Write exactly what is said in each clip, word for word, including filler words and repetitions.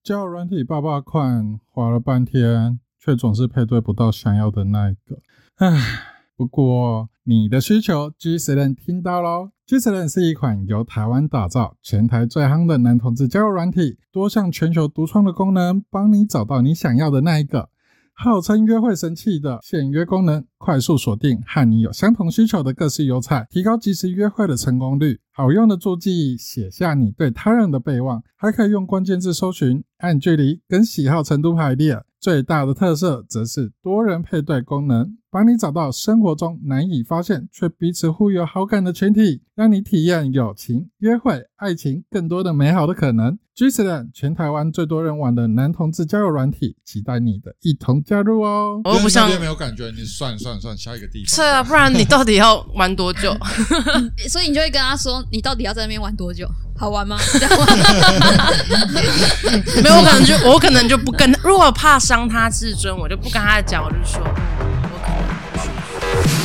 交友软体爸爸款，滑了半天，却总是配对不到想要的那一个。唉，不过你的需求 G 十 人听到咯。 G 十 人是一款由台湾打造，全台最夯的男同志交友软体，多项全球独创的功能，帮你找到你想要的那一个。号称约会神器的现约功能，快速锁定和你有相同需求的各式优菜，提高即时约会的成功率。好用的注记，写下你对他人的备忘，还可以用关键字搜寻，按距离跟喜好程度排列。最大的特色则是多人配对功能，帮你找到生活中难以发现却彼此互有好感的群体，让你体验友情、约会、爱情更多的美好的可能。G 十 人，全台湾最多人玩的男同志交友软体，期待你的一同加入哦。 我不想没有感觉，你算算算下一个地方。 是啊，不然你到底要玩多久？ 所以你就会跟他说，你到底要在那边玩多久？好玩吗？ 没有，我可能就我可能就不跟他，如果怕伤他自尊，我就不跟他讲，我就说，嗯，我可能不舒服。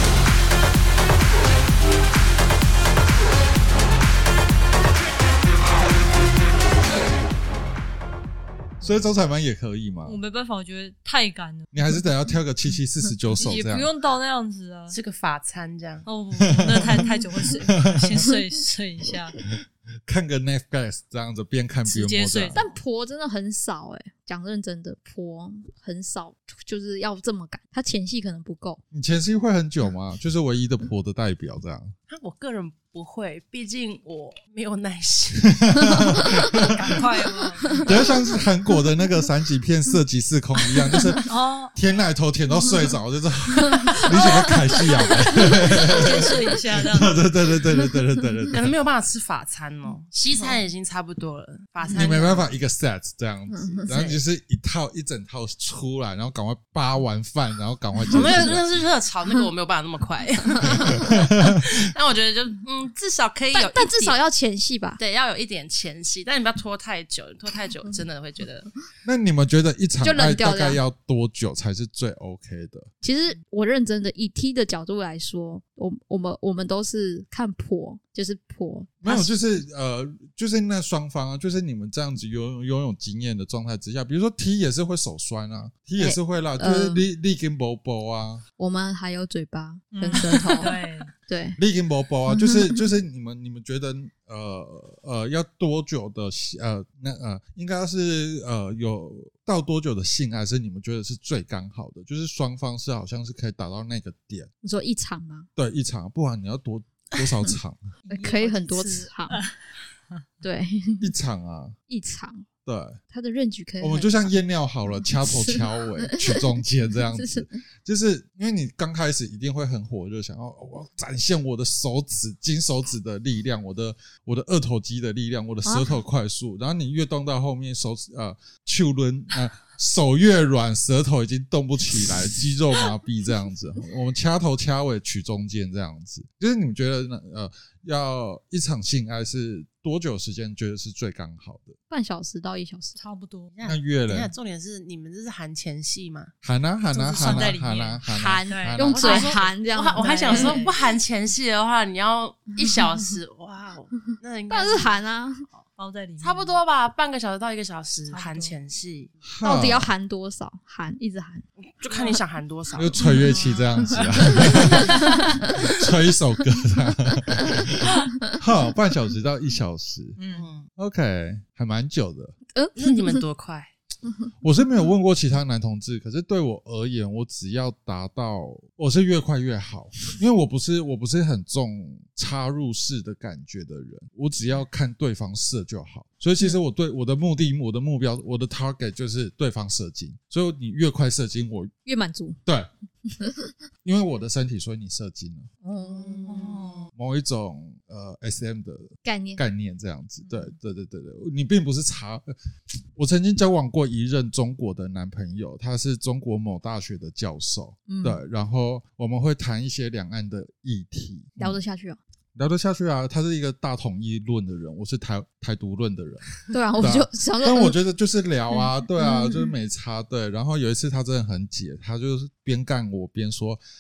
所以周彩曼也可以吗？ 我没办法，我觉得太干了。 你还是得要挑个七七四十九手这样， 也不用到那样子啊， 是个法餐这样。 哦不，那太太久会睡，先睡睡一下， 看个 Netflix 这样子，边看边摸这样。 但婆真的很少哎、欸，讲认真的，婆很少，就是要这么赶，他前戏可能不够。 你前戏会很久吗？就是唯一的婆的代表这样。 我个人不会，毕竟我没有耐心。 赶快嘛！ 比较像是韩国的那个三级片色即是空一样，就是舔奶头舔到睡着，就是你想要开戏啊？ 先睡一下这样。 对对对对对对对对对， 可能没有办法吃法餐哦，西餐已经差不多了，法餐你没办法一个 set 这样子，然后就是一套一整套出来，然后赶快扒完饭，然后赶快。 我没有，那是热炒，那个我没有办法那么快。但我觉得就嗯，至少可以有， 但, 但至少要前戏吧？ 对，要有一点前戏，但你不要拖太久，拖太久真的会觉得。 那你们觉得一场爱大概要多久才是最 OK 的？ 其实我认真的以 T 的角度来说，我我们我们都是看婆，就是婆。 没有，就是呃，就是那双方啊，就是你们这样子拥拥有经验的状态之下，比如说 T 也是会手酸啊 ，T 也是会啦，欸、就是力力跟波波啊。 我们还有嘴巴跟舌头， 嗯、对。 对， 力跟波波啊，就是就是你们你们觉得呃呃要多久的呃那呃应该是呃有到多久的性爱是你们觉得是最刚好的？就是双方是好像是可以达到那个点。 你说一场吗？ 对，一场，不然你要多多少场？ 可以很多场。对， 一场啊， 一场。 对， 它的认举可以， 我们就像验尿好了，掐头掐尾，取中间这样子，就是因为你刚开始一定会很火热，想要我要展现我的手指金手指的力量，我的我的二头肌的力量，我的舌头快速，啊、然后你越动到后面手指呃手轮呃手越软，舌头已经动不起来，肌肉麻痹这样子，我们掐头掐尾取中间这样子，就是你们觉得呃要一场性爱是多久时间觉得是最刚好的？ 半小时到一小时， 差不多。 那月嘞？ 重点是你们这是含前戏吗？ 含啊含啊含啊含啊含，用嘴含这样。 我还想说，不含前戏的话，你要一小时，哇哦，那应该是含啊， 包在里面， 差不多吧，半个小时到一个小时含前戏。 到底要含多少？含一直含， 就看你想含多少。 就吹乐器这样子啊，吹一首歌这样。好，半小时到一小时，嗯 ，OK， 还蛮久的。 嗯，那你们多快？ 我是没有问过其他男同志，可是对我而言，我只要达到，我是越快越好，因为我不是我不是很重插入式的感觉的人，我只要看对方射就好。所以其实我对我的目的、我的目标、我的 target 就是对方射精，所以你越快射精，我越满足。 对，因为我的身体，所以你射精了。 哦， 某一种呃 S M 的概念概念这样子，对对对对对，你并不是查。我曾经交往过一任中国的男朋友，他是中国某大学的教授，嗯、对，然后我们会谈一些两岸的议题， 聊得下去啊。 聊得下去啊，他是一个大统一论的人，我是台台独论的人。 对啊，我就想说， 但我觉得就是聊啊，对啊，就是没差。对，然后有一次他真的很解，他就是边干我边说，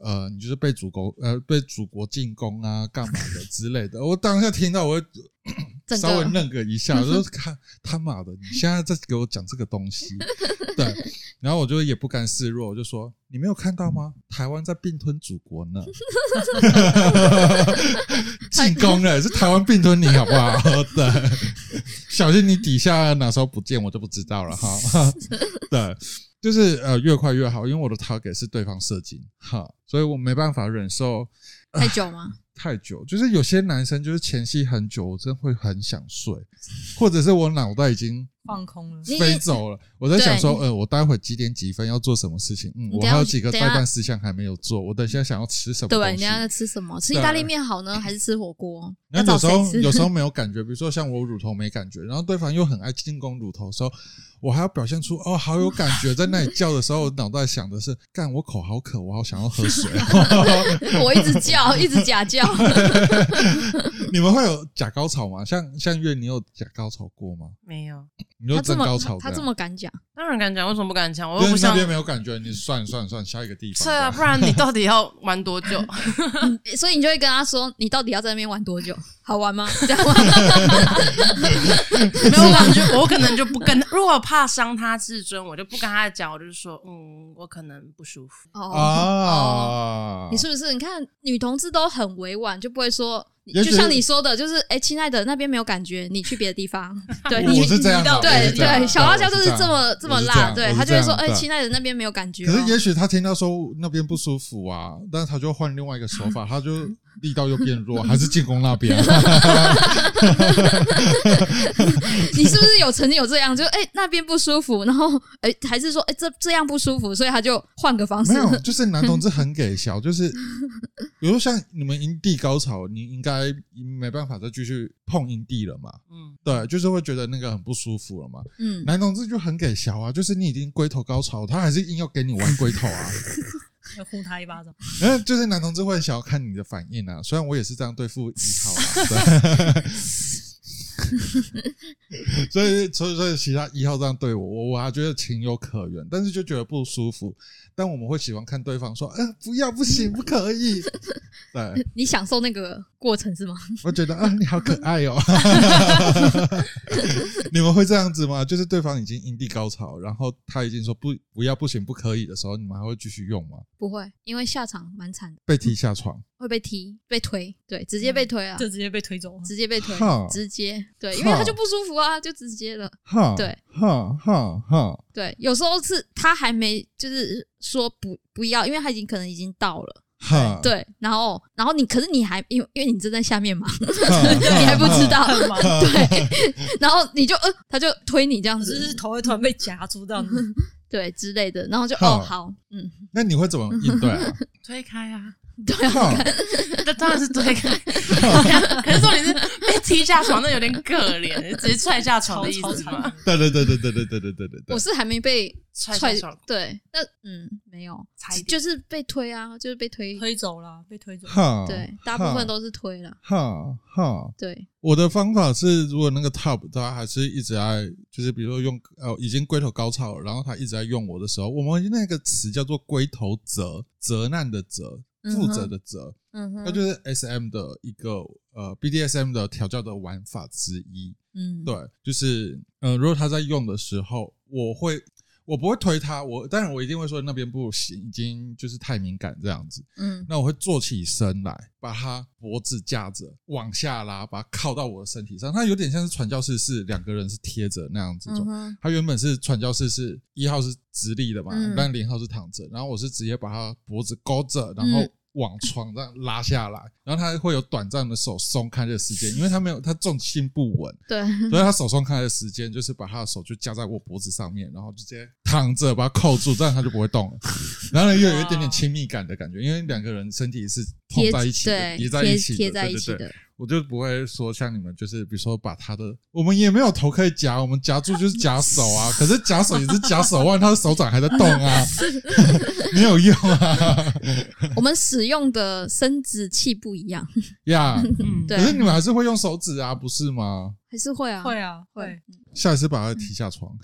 呃，你就是被祖国呃被祖国进攻啊，干嘛的之类的。我当下听到我会稍微愣个一下，我就看他妈的，你现在在给我讲这个东西，对，然后我就也不甘示弱，我就说你没有看到吗？台湾在并吞祖国呢，进攻了，是台湾并吞你好不好？对，小心你底下哪时候不见我就不知道了哈。对。就是呃越快越好，因为我的 target 是对方射精哈，所以我没办法忍受太久吗？ 太久，就是有些男生就是前戏很久，我真的会很想睡，或者是我脑袋已经放空了， 飞走了。我在想说，呃，我待会几点几分要做什么事情？嗯，我还有几个待办事项还没有做。我等一下想要吃什么东西？ 对，你等一下在吃什么？吃意大利面好呢，还是吃火锅？ 那有时候有时候没有感觉，比如说像我乳头没感觉，然后对方又很爱进攻乳头的时候，我还要表现出哦好有感觉，在那里叫的时候，我脑袋想的是，干我口好渴，我好想要喝水。 我一直叫，一直假叫。 你们会有假高潮吗？像像月，你有假高潮过吗？ 没有。 你有真高潮？ 他这么敢讲， 当然敢讲，为什么不敢讲？我又不像那边没有感觉，你算了算了算了，下一个地方。 对啊，不然你到底要玩多久？ 所以你就会跟他说，你到底要在那边玩多久？好玩吗？这样吗？ 没有，我可能就我可能就不跟，如果怕伤他自尊，我就不跟他讲，我就是说，嗯，我可能不舒服。 哦啊， 你是不是？你看女同志都很委婉，就不会说。就像你说的，就是哎，亲爱的，那边没有感觉，你去别的地方。对， 我是这样， 对对，小辣椒就是这么这么辣，对他就会说，哎， 对亲爱的，那边没有感觉。 可是也许他听到说那边不舒服啊，但是他就换另外一个手法，他就力道又变弱，还是进攻那边。 你是不是有曾经有这样，就哎那边不舒服，然后哎还是说哎这这样不舒服，所以他就换个方式。 没有，就是男同志很给小，就是比如说像你们阴蒂高潮，你应该没办法再继续碰阴蒂了嘛，嗯，对，就是会觉得那个很不舒服了嘛，嗯，男同志就很给小啊，就是你已经龟头高潮，他还是硬要给你玩龟头啊。 要呼他一巴掌， 嗯，就是男同志会想要看你的反应啊。虽然我也是这样对付一号啊，对。所以，所以，所以，其他一号这样对我，我我还觉得情有可原，但是就觉得不舒服。但我们会喜欢看对方说：“呃，不要，不行，不可以。”对， 你享受那个过程是吗？ 我觉得啊，你好可爱哦。你们会这样子吗？就是对方已经阴蒂高潮，然后他已经说不不要，不行，不可以的时候，你们还会继续用吗？ 不会，因为下场蛮惨的， 被踢下床。 会被踢、被推，对，直接被推啊， 就直接被推走， 直接被推，直接对，因为他就不舒服啊，就直接了，对， 哈哈哈， 对，有时候是他还没就是说不不要，因为他已经可能已经到了。对，然后，然后你，可是你还因为因为你正在下面嘛，你还不知道，对，然后你就呃，他就推你这样子， 就是头会突然被夹住这样子， 对之类的，然后就哦好，嗯， 那你会怎么应对啊？ 推开啊。 对啊， 那当然是推开。可是重点是被踢下床，那有点可怜，直接踹下床的意思吗？ 对对对对对对对对对对。 我是还没被踹下床， 对，那嗯没有，就是被推啊，就是被推推走了，被推走。 对，大部分都是推了。 哈哈， 对， 我的方法是，如果那个 top 他还是一直在，就是比如说用呃已经龟头高潮了，然后他一直在用我的时候，我们那个词叫做龟头责，责难的责。负责的责，嗯哼，那就是 S M 的一个呃 B D S M 的调教的玩法之一，嗯，对，就是呃，如果他在用的时候，我会我不会推他，我当然我一定会说那边不行，已经就是太敏感这样子，嗯，那我会坐起身来，把他脖子架着往下拉，把他靠到我的身体上，他有点像是传教士是两个人是贴着那样子，嗯，他原本是传教士是一号是直立的嘛，嗯，但零号是躺着，然后我是直接把他脖子勾着，然后往床这样拉下来，然后他会有短暂的手松开的时间，因为他没有他重心不稳， 对， 所以他手松开的时间就是把他的手就架在我脖子上面，然后就直接躺着把他扣住，这样他就不会动了。然后呢，又有一点点亲密感的感觉，因为两个人身体是碰在一起的，叠在一起的， 贴在一起的。 我就不会说像你们，就是比如说把他的，我们也没有头可以夹，我们夹住就是夹手啊，可是夹手也是夹手腕，他的手掌还在动啊，没有用啊。 我们使用的生殖器不一样呀，yeah, 可是你们还是会用手指啊，不是吗？ 还是会啊， 会啊，会。 下一次把他踢下床。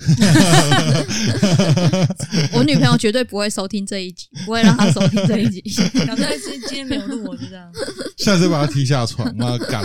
我女朋友绝对不会收听这一集，不会让她收听这一集。 搞不好今今天没有录，我就这样。 下次把他踢下床，妈干！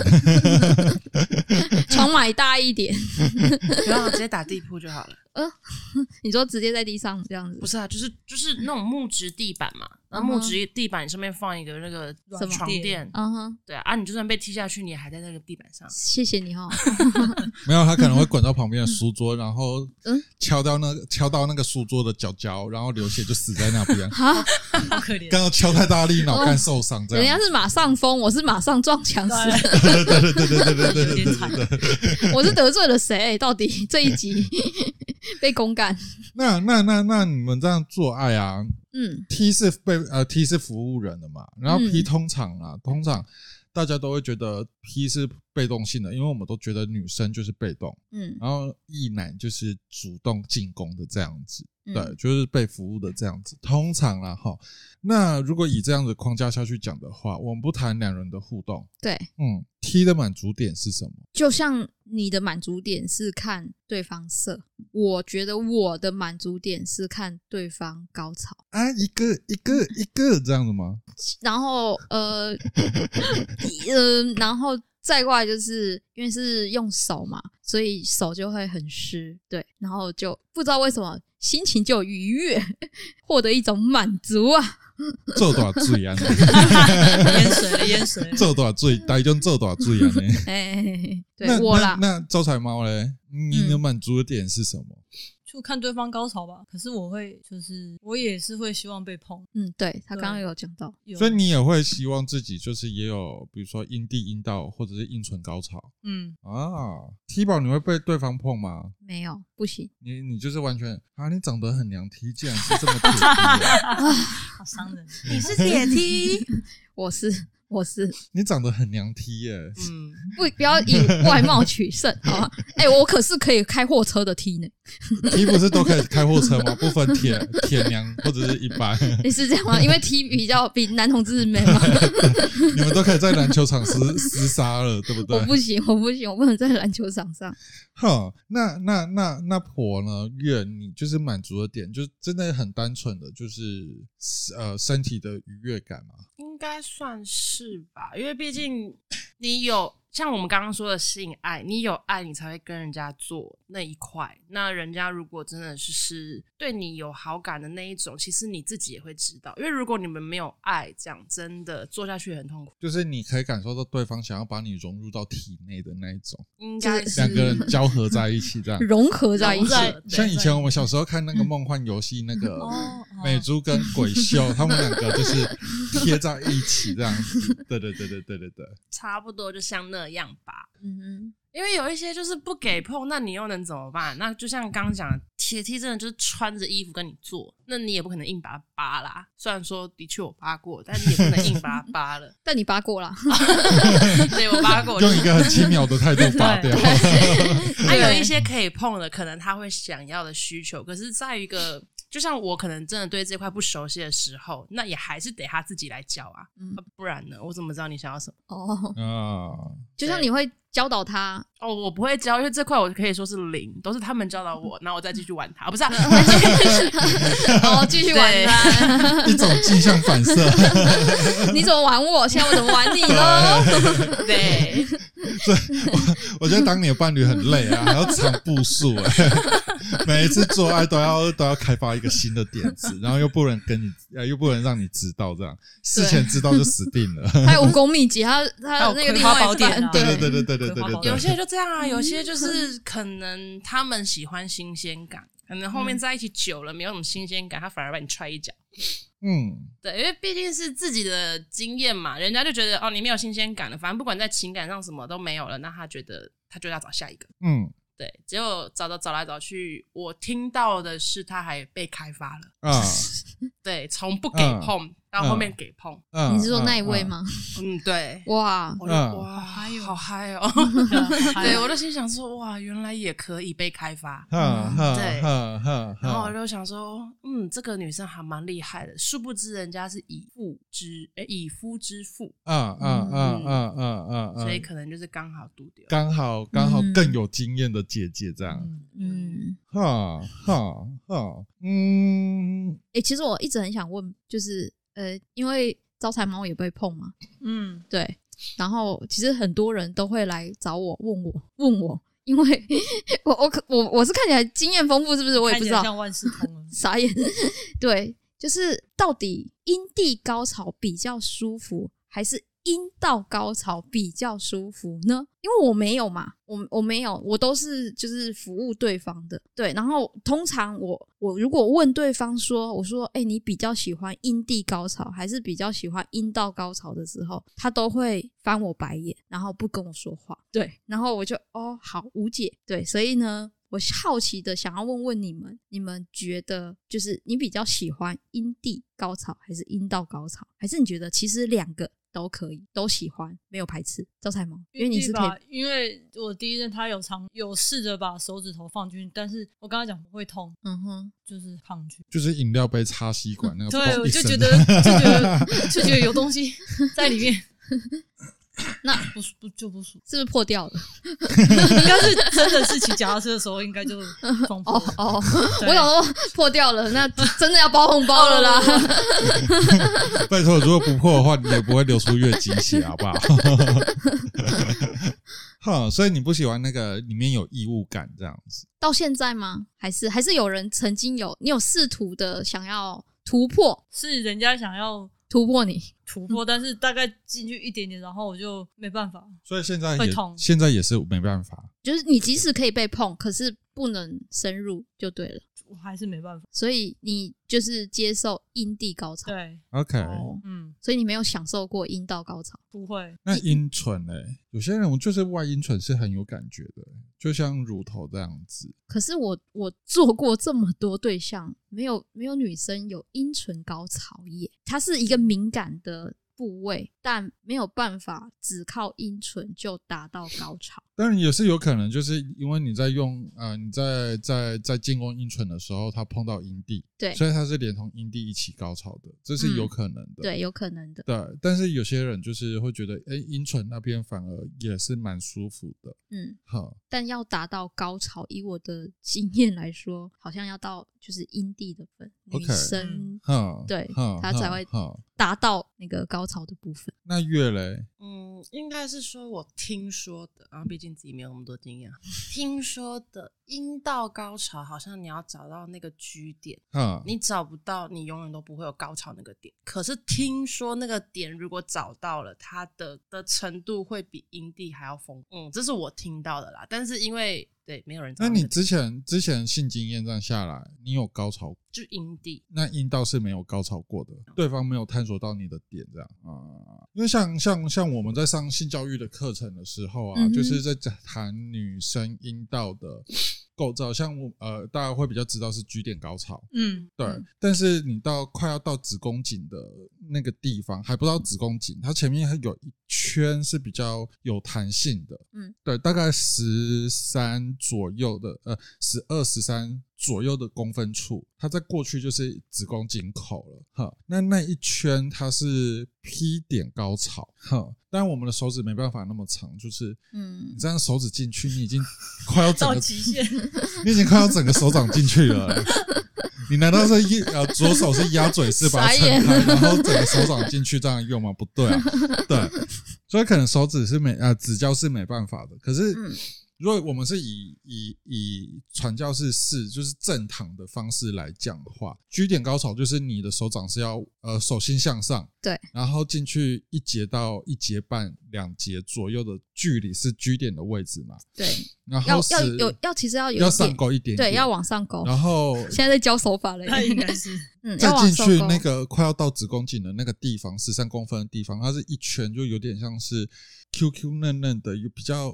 床买大一点， 然后直接打地铺就好了。 呃，你说直接在地上这样子？ 不是啊，就是就是那种木质地板嘛，然后木质地板上面放一个那个床垫， 嗯哼， 对啊，啊，你就算被踢下去，你也还在那个地板上。 谢谢你哈。 没有，他可能会滚到旁边的书桌，然后敲到那个敲到那个书桌的角角，然后流血就死在那边。 好可怜， 刚刚敲太大力，脑干受伤这样。 人家是马上疯，我是马上撞墙死。 对对对对对对对对对对。 我是得罪了谁？到底这一集被公干？ 那那那那你们这样做爱啊？ 嗯 ，T 是被呃 T 是服务人的嘛，然后 P 嗯通常啊，通常大家都会觉得 P 是被动性的，因为我们都觉得女生就是被动， 嗯然后异男就是主动进攻的这样子， 嗯对，就是被服务的这样子。通常啦哈，那如果以这样的框架下去讲的话，我们不谈两人的互动， 对， 嗯 ，T 的满足点是什么？ 就像你的满足点是看对方色，我觉得我的满足点是看对方高潮。 啊，一个一个一个这样子吗？ 然后呃呃，然后再过来就是因为是用手嘛，所以手就会很湿，对，然后就不知道为什么心情就愉悦，获得一种满足啊。 做大水啊！ 淹水了，淹水了。 做大水，大种做大水啊！ 哎，对那我啦， 那那招财猫嘞，你的满足的点是什么？ 就看对方高潮吧。可是我会，就是我也是会希望被碰。 嗯，对他刚刚有讲到， 有所以你也会希望自己就是也有，比如说阴蒂、阴道或者是阴唇高潮嗯， 啊。T 宝你会被对方碰吗？ 没有不行， 你你就是完全啊，你长得很娘 T， 竟然是这么铁 T 啊好伤人。 你是铁梯， 我是我是你长得很娘 T 耶、 嗯， 不不要以外貌取胜，好吧？哎、我可是可以开货车的 T 呢， T 不是都可以开货车吗？不分铁铁娘或者是一般， 你是这样吗？因为 T 比较比男同志 man 嘛， 你们都可以在篮球场厮厮杀了，对不对？ 我不行，我不行，我不能在篮球场上。 哼，那那那那婆呢？月你就是满足的点，就真的很单纯的，就是呃身体的愉悦感嘛。 应该算是吧，因为毕竟你有像我们刚刚说的性爱，你有爱你才会跟人家做那一块，那人家如果真的是是对你有好感的那一种，其实你自己也会知道，因为如果你们没有爱，这样真的做下去很痛苦， 就是你可以感受到对方想要把你融入到体内的那一种， 应该是两个人交合在一起这样。 融合在一起， 在像以前我们小时候看那个梦幻游戏，那个哦美珠跟鬼秀，他们两个就是贴在一起这样子。对对对对对对对， 差不多就像那样吧。 嗯哼， 因为有一些就是不给碰，那你又能怎么办？那就像刚刚讲的，铁梯真的就是穿着衣服跟你做，那你也不可能硬把它扒啦。虽然说的确我扒过，但你也不能硬把它扒了。 但你扒过啦， 对，我扒过， 用一个很轻描的态度拔掉。 还有一些可以碰的，可能他会想要的需求，可是在一个。就像我可能真的对这块不熟悉的时候，那也还是得他自己来教啊， 嗯啊不然呢，我怎么知道你想要什么？ 哦， 啊， 就像你会教导他， 哦，我不会教，因为这块我可以说是零，都是他们教导我，然后我再继续玩它，不是、啊， 哦，继续玩他， 一种镜像反射。 你怎么玩我，现在我怎么玩你咯？ 对， 我我觉得当你的伴侣很累啊，还要藏步数哎，每一次做爱都要都要开发一个新的点子，然后又不能跟你，呃，又不能让你知道，这样事前知道就死定了。 还有武功秘籍，他他那个另外一半， 对对对对对对对对对， 有些就这样啊，有些就是可能他们喜欢新鲜感，可能后面在一起久了没有什么新鲜感，他反而把你踹一脚。 嗯， 对，因为毕竟是自己的经验嘛，人家就觉得哦，你没有新鲜感了，反正不管在情感上什么都没有了，那他觉得他就要找下一个。 嗯， 对，结果找到找来找去，我听到的是他还被开发了啊， 对，从不给碰、 嗯、 到后面给碰。 你是说那一位吗？ 嗯，对。 哇， 我就哇，好嗨哦！对，我就心想说，哇，原来也可以被开发。对，然后我就想说，嗯，这个女生还蛮厉害的。殊不知人家是以父之，诶，以夫之妇。 啊啊啊啊啊啊！ 所以可能就是刚好度掉， 刚好刚好更有经验的姐姐这样。 嗯， 哈哈哈，嗯， 哎、欸，其实我一直很想问，就是呃，因为招财猫也被碰嘛， 嗯， 对，然后其实很多人都会来找我问我问我，因为我我我我是看起来经验丰富，是不是？我也不知道， 像万事通了， 傻眼，对，就是到底阴蒂高潮比较舒服，还是阴道高潮比较舒服呢？因为我没有嘛，我我没有，我都是就是服务对方的，对。然后通常我我如果问对方说，我说，哎、欸，你比较喜欢阴蒂高潮还是比较喜欢阴道高潮的时候，他都会翻我白眼，然后不跟我说话，对。然后我就哦好无解，对。所以呢，我好奇的想要问问你们，你们觉得就是你比较喜欢阴蒂高潮还是阴道高潮，还是你觉得其实两个都可以，都喜欢，没有排斥？招财猫，因为你是可以， 因为我第一任他有尝有试着把手指头放进去，但是我跟他讲不会痛， 嗯哼， 就是放进去， 就是饮料杯插吸管那个， 对，我就觉得就觉得就觉得有东西在里面。 那不不就不舒服， 是不是破掉了？ 应该是真的是骑脚踏车的时候，应该就风破了。 哦哦，我想说破掉了，那真的要包红包了啦！ 拜托，如果不破的话，你也不会流出月经血，好不好？哈，所以你不喜欢那个里面有异物感这样子？ 到现在吗？还是还是有人曾经有你有试图的想要突破？ 是人家想要突破你突破，但是大概进去一点点，然后我就没办法， 所以现在也会痛， 现在也是没办法， 就是你即使可以被碰，可是不能深入就对了， 我还是没办法， 所以你就是接受阴蒂高潮， 对 ，OK， 哦、 嗯， 所以你没有享受过阴道高潮， 不会。 那阴唇呢？有些人就是外阴唇是很有感觉的，就像乳头这样子。 可是我我做过这么多对象，没有没有女生有阴唇高潮耶，它是一个敏感的部位，但没有办法只靠阴唇就达到高潮。 当然也是有可能，就是因为你在用呃你在在在进攻阴唇的时候，它碰到阴蒂， 对， 所以它是连同阴蒂一起高潮的，这是有可能的。 嗯、对，有可能的。 对，但是有些人就是会觉得，哎，阴唇那边反而也是蛮舒服的。 嗯， 好， 但要达到高潮，以我的经验来说，好像要到就是阴蒂的分， okay, 女生、 嗯、 对，她才会达到那个高潮的部分。 那月嘞？ 嗯，应该是说我听说的，然后毕竟自己没有那么多经验，听说的阴道高潮好像你要找到那个居点， 嗯， 你找不到，你永远都不会有高潮那个点。可是听说那个点如果找到了，它的的程度会比阴蒂还要丰富。嗯，这是我听到的啦。但是因为对没有人知道那， 那你之前之前性经验这样下来，你有高潮？ 就阴蒂， 那阴道是没有高潮过的，对方没有探索到你的点，这样啊、呃。因为像像像我们在上性教育的课程的时候啊，嗯、就是在谈女生阴道的构造，像我呃，大家会比较知道是 G 点高潮， 嗯， 对。嗯、但是你到快要到子宫颈的那个地方，还不到子宫颈，它前面还有一圈是比较有弹性的， 嗯， 对，大概十三左右的，呃，十二十三。左右的公分处，它在过去就是子宫颈口了，哈。那那一圈它是 P 点高潮，哈。但我们的手指没办法那么长，就是嗯，你这样手指进去，你已经快要整个到极限， 你已经快要整个手掌进去了、欸。你难道是一呃左手是鸭嘴式把它撑开，然后整个手掌进去这样用吗？不对啊，对，所以可能手指是没呃指交是没办法的，可是。嗯如果我们是以以以传教士式就是正躺的方式来讲的话 ，G 点高潮就是你的手掌是要呃手心向上， 对， 然后进去一节到一节半两节左右的距离是 G 点的位置嘛， 对， 然后要要有要其实要有要上勾一点点， 对，要往上勾， 然后现在在教手法了， 他应该是嗯， 再进去那个快要到子宫颈的那个地方，十三公分的地方，它是一圈，就有点像是 Q Q 嫩嫩的，有比较。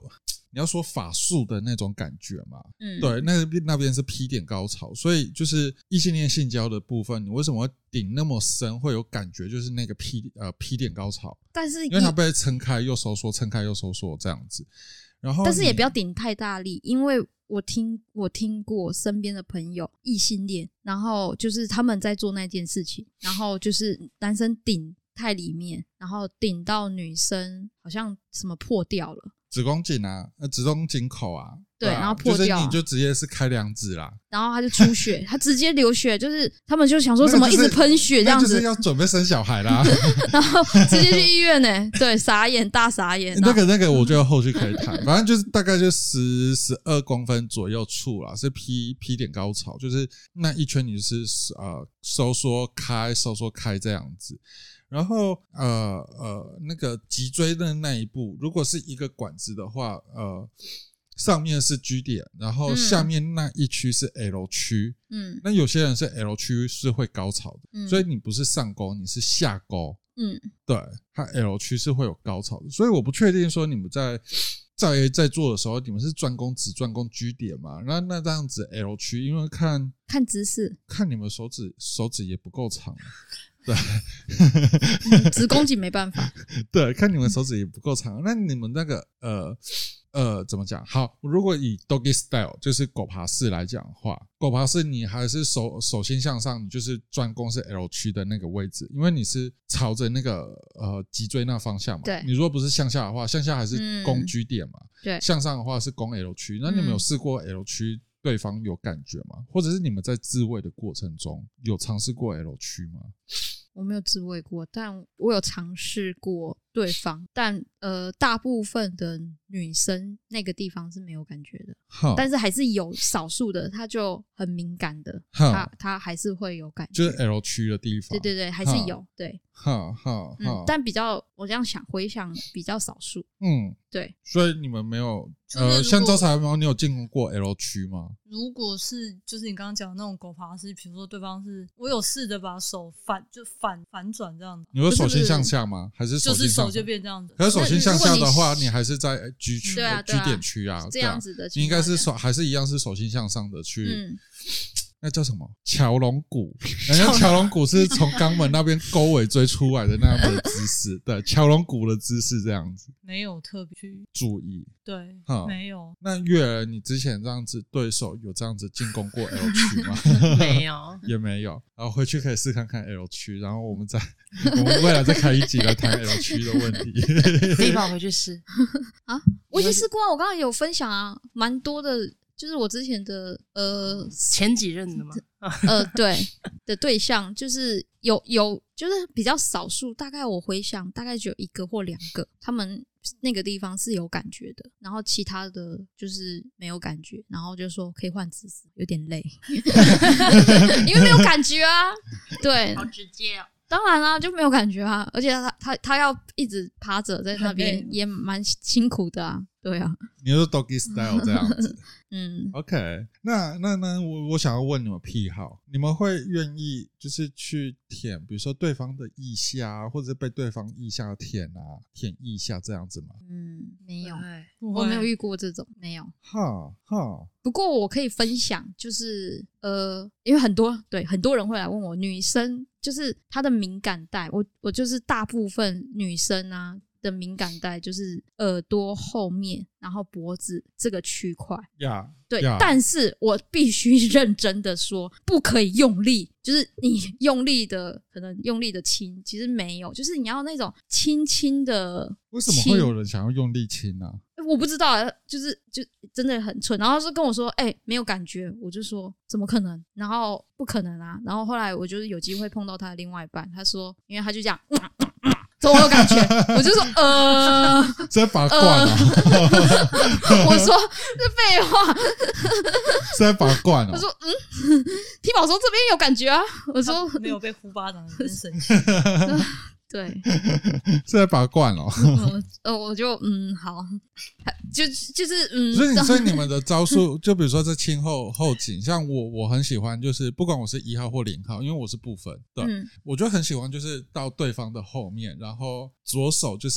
你要说法术的那种感觉嘛， 嗯， 对，那边那边是 P 点高潮，所以就是异性恋性交的部分，你为什么会顶那么深，会有感觉就是那个 P 呃 P 点高潮， 但是因为它被撑开又收缩，撑开又收缩这样子，然后但是也不要顶太大力，因为我听我听过身边的朋友异性恋，然后就是他们在做那件事情，然后就是男生顶太里面，然后顶到女生好像什么破掉了。 子宫颈啊，呃，子宫颈口啊， 对， 啊、 然后破掉， 就是你就直接是开两指啦， 然后他就出血，他直接流血，就是他们就想说什么一直喷血这样子， 那就是要准备生小孩啦， 然后直接去医院呢、欸，对，傻眼大傻眼。 那个那个，我觉得后续可以谈，反正就是大概就十十二公分左右处啦，是 P P 点高潮，就是那一圈你就是呃收缩开收缩开这样子。然后呃呃那个脊椎的那一步，如果是一个管子的话，呃上面是 G 点，然后下面那一区是 L 区，嗯，那有些人是 L 区是会高潮的，嗯，所以你不是上钩，你是下钩，嗯，对，它 L 区是会有高潮的，所以我不确定说你们在在在做的时候，你们是专攻只专攻 G 点嘛？那那这样子 L 区，因为看看姿势， 看你们手指手指也不够长。对、 嗯，子宫颈没办法。 对，看你们手指也不够长，那你们那个呃呃怎么讲？好，如果以 doggy style 就是狗爬式来讲的话，狗爬式你还是手手心向上，你就是专攻是 L 区的那个位置，因为你是朝着那个呃脊椎那方向嘛。 对， 你如果不是向下的话，向下还是攻 G 点嘛。 嗯、对， 向上的话是攻 L 区。那你们有试过 L 区？对方有感觉吗？或者是你们在自慰的过程中有尝试过 L 区吗？ 我没有自慰过，但我有尝试过对方，但呃，大部分的女生那个地方是没有感觉的，但是还是有少数的，她就很敏感的，她她还是会有感觉， 就是 L 区的地方， 对对对，还是有，对， 哈哈， 嗯，但比较我这样想回想比较少数， 嗯， 对， 所以你们没有呃，像招财猫，你有进过 L 区吗？ 如果是就是你刚刚讲的那种狗爬式，比如说对方是我有试着把手反就反反转这样子， 你说手心向下吗？还是手心向上？ 就是手就变这样子。 可是手心向下的话，你还是在 G 区、 对啊、 G 点区啊， 这样子的， 你应该是手还是一样是手心向上的去。 嗯， 那叫什么？桥龙骨，人家桥龙骨是从肛门那边勾尾椎出来的那样的姿势，对，桥龙骨的姿势这样子， 没有特别去注意， 对，没有。 那月儿，你之前这样子对手有这样子进攻过 L 区吗？ 没有， 也没有。然后回去可以试看看 L 区，然后我们再我们未来再开一集来谈 L 区的问题。 可以帮我回去试啊？我已经试过啊，我刚刚有分享啊，蛮多的。就是我之前的呃前几任的吗？ 呃对的对象，就是有有就是比较少数，大概我回想大概只有一个或两个，他们那个地方是有感觉的，然后其他的就是没有感觉，然后就说可以换姿势，有点累，因为没有感觉啊。对， 好直接哦。 当然啦、啊，就没有感觉啊，而且他他他要一直趴着在那边，也蛮辛苦的啊。对啊， 你说 doggy style 这样子， 嗯 ，OK， 那那那我我想要问你们癖好，你们会愿意就是去舔，比如说对方的腋下，或者是被对方腋下舔啊，舔腋下这样子吗？ 嗯，没有， 我没有遇过这种，没有。 哈哈。 不过我可以分享，就是呃，因为很多对很多人会来问我，女生就是她的敏感带，我我就是大部分女生啊的敏感带就是耳朵后面，然后脖子这个区块。 呀、yeah, 对， yeah. 但是我必须认真的说，不可以用力，就是你用力的，可能用力的亲，其实没有，就是你要那种轻轻的。 为什么会有人想要用力亲呢、啊？ 我不知道，就是就真的很蠢，然后就跟我说，哎、欸，没有感觉，我就说怎么可能？然后不可能啊！然后后来我就是有机会碰到他的另外一半，他说，因为他就这样，总有感觉，我就说，呃， 在拔罐啊！ 呃、我说是废话， 是在拔罐啊！ 他说，嗯，T宝说这边有感觉啊，我说没有被呼巴掌，真神奇。 对， 是在拔罐哦。 呃，我就嗯好，就就是嗯， 所以所以你们的招数，就比如说在亲后后颈，像我我很喜欢，就是不管我是一号或零号，因为我是不分，对，嗯、我就很喜欢，就是到对方的后面，然后左手就是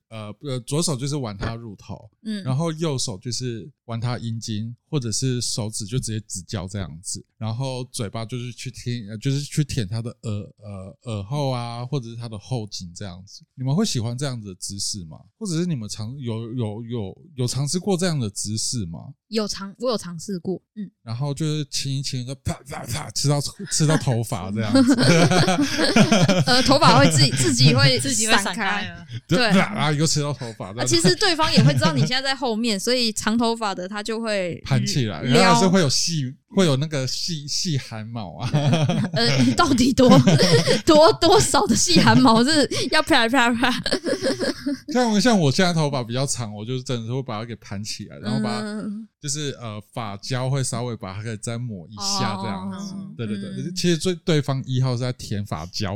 呃呃左手就是玩他乳头， 嗯， 然后右手就是玩他阴茎，或者是手指就直接指教这样子，然后嘴巴就是去舔，呃就是去舔他的耳呃耳后啊，或者是他的后颈这样子。你们会喜欢这样子的姿势吗？或者是你们尝有有有有尝试过这样的姿势吗？ 有尝我有尝试过，嗯， 然后就是亲一亲，就啪啪啪吃到吃到头发这样子， 呃，头发会自己自己会自己会闪开了， 对， 然后又吃到头发。 啊，其实对方也会知道你现在在后面，所以长头发的他就会盘起来，然后是会有细，会有那个细细汗毛啊。 呃，到底多多多少的细汗毛是要啪啪啪？ 像像我现在头发比较长，我就是真的是会把它给盘起来，然后把它、 嗯、 就是呃发胶会稍微把它给再抹一下这样子。 哦、 对对对， 嗯、 其实对对方一号是在舔发胶，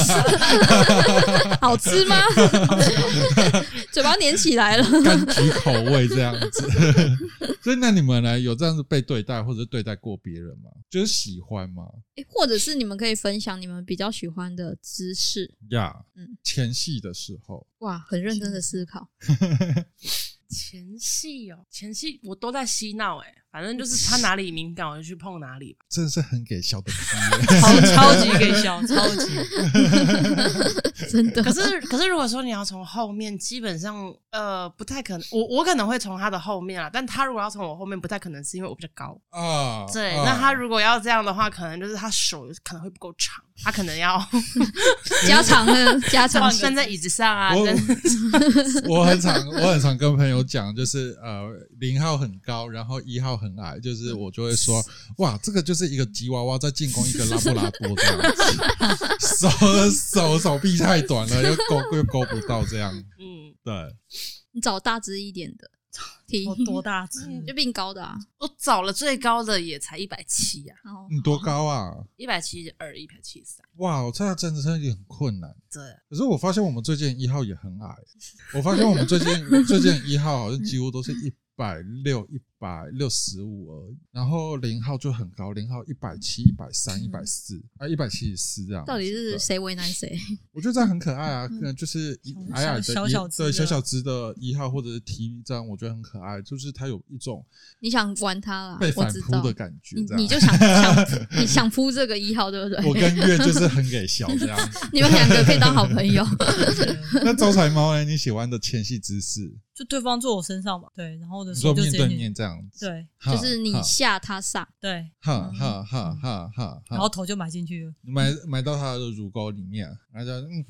好吃吗？嘴巴粘起来了， 柑橘口味这样子。所以那你们呢，有这样子被对待或者对待过别人吗？就是喜欢吗？ 欸、或者是你们可以分享你们比较喜欢的姿势呀、yeah, 嗯， 前戏的时候， 哇，很认真的思考。 前戏哦，前戏我都在嬉闹哎，反正就是他哪里敏感我就去碰哪里吧。 真的是很给笑的逼， 超超级给笑，超级真的。 可是可是如果说你要从后面，基本上呃不太可能，我我可能会从他的后面啦，但他如果要从我后面，不太可能，是因为我比较高啊。 对， 啊那他如果要这样的话，可能就是他手可能会不够长，他可能要加长呢，加长站在椅子上啊。 我我很常我很常跟朋友讲，就是呃零号很高，然后一号很矮，就是我就会说，哇，这个就是一个吉娃娃在进攻一个拉布拉多这样子，手手手臂太短了，又勾又勾不到这样。嗯，对。 你找大只一点的。 多多大只？ 就比你高的啊！ 我找了最高的也才一百七啊！ 哦、 你多高啊？ 一百七十二，一百七十三。 哇，我这样真的是有点困难。 对。 可是我发现我们最近一号也很矮，我发现我们最近最近一号好像几乎都是一百六、一百六十五而已，然后零号就很高，零号一百七、一百三、一百四啊，一百七十四这样。 到底是谁为难谁？ 我觉得这样很可爱啊，可能就是矮矮的小小对小小只的一号或者是 T 这样，我觉得很可爱，就是它有一种你想玩它啦， 被反扑的感觉， 你你就想想你想扑这个一号，对不对？ 我跟月就是很给笑这样子， 你们两个可以当好朋友。 那招财猫呢？你喜欢的前戏姿势？ 就对方坐我身上嘛，对，然后我的手就面对面这样子， 对， 就是你下他上， 对， 哈哈哈哈哈， 然后头就埋进去了， 埋埋到他的乳沟里面，然后就嗯，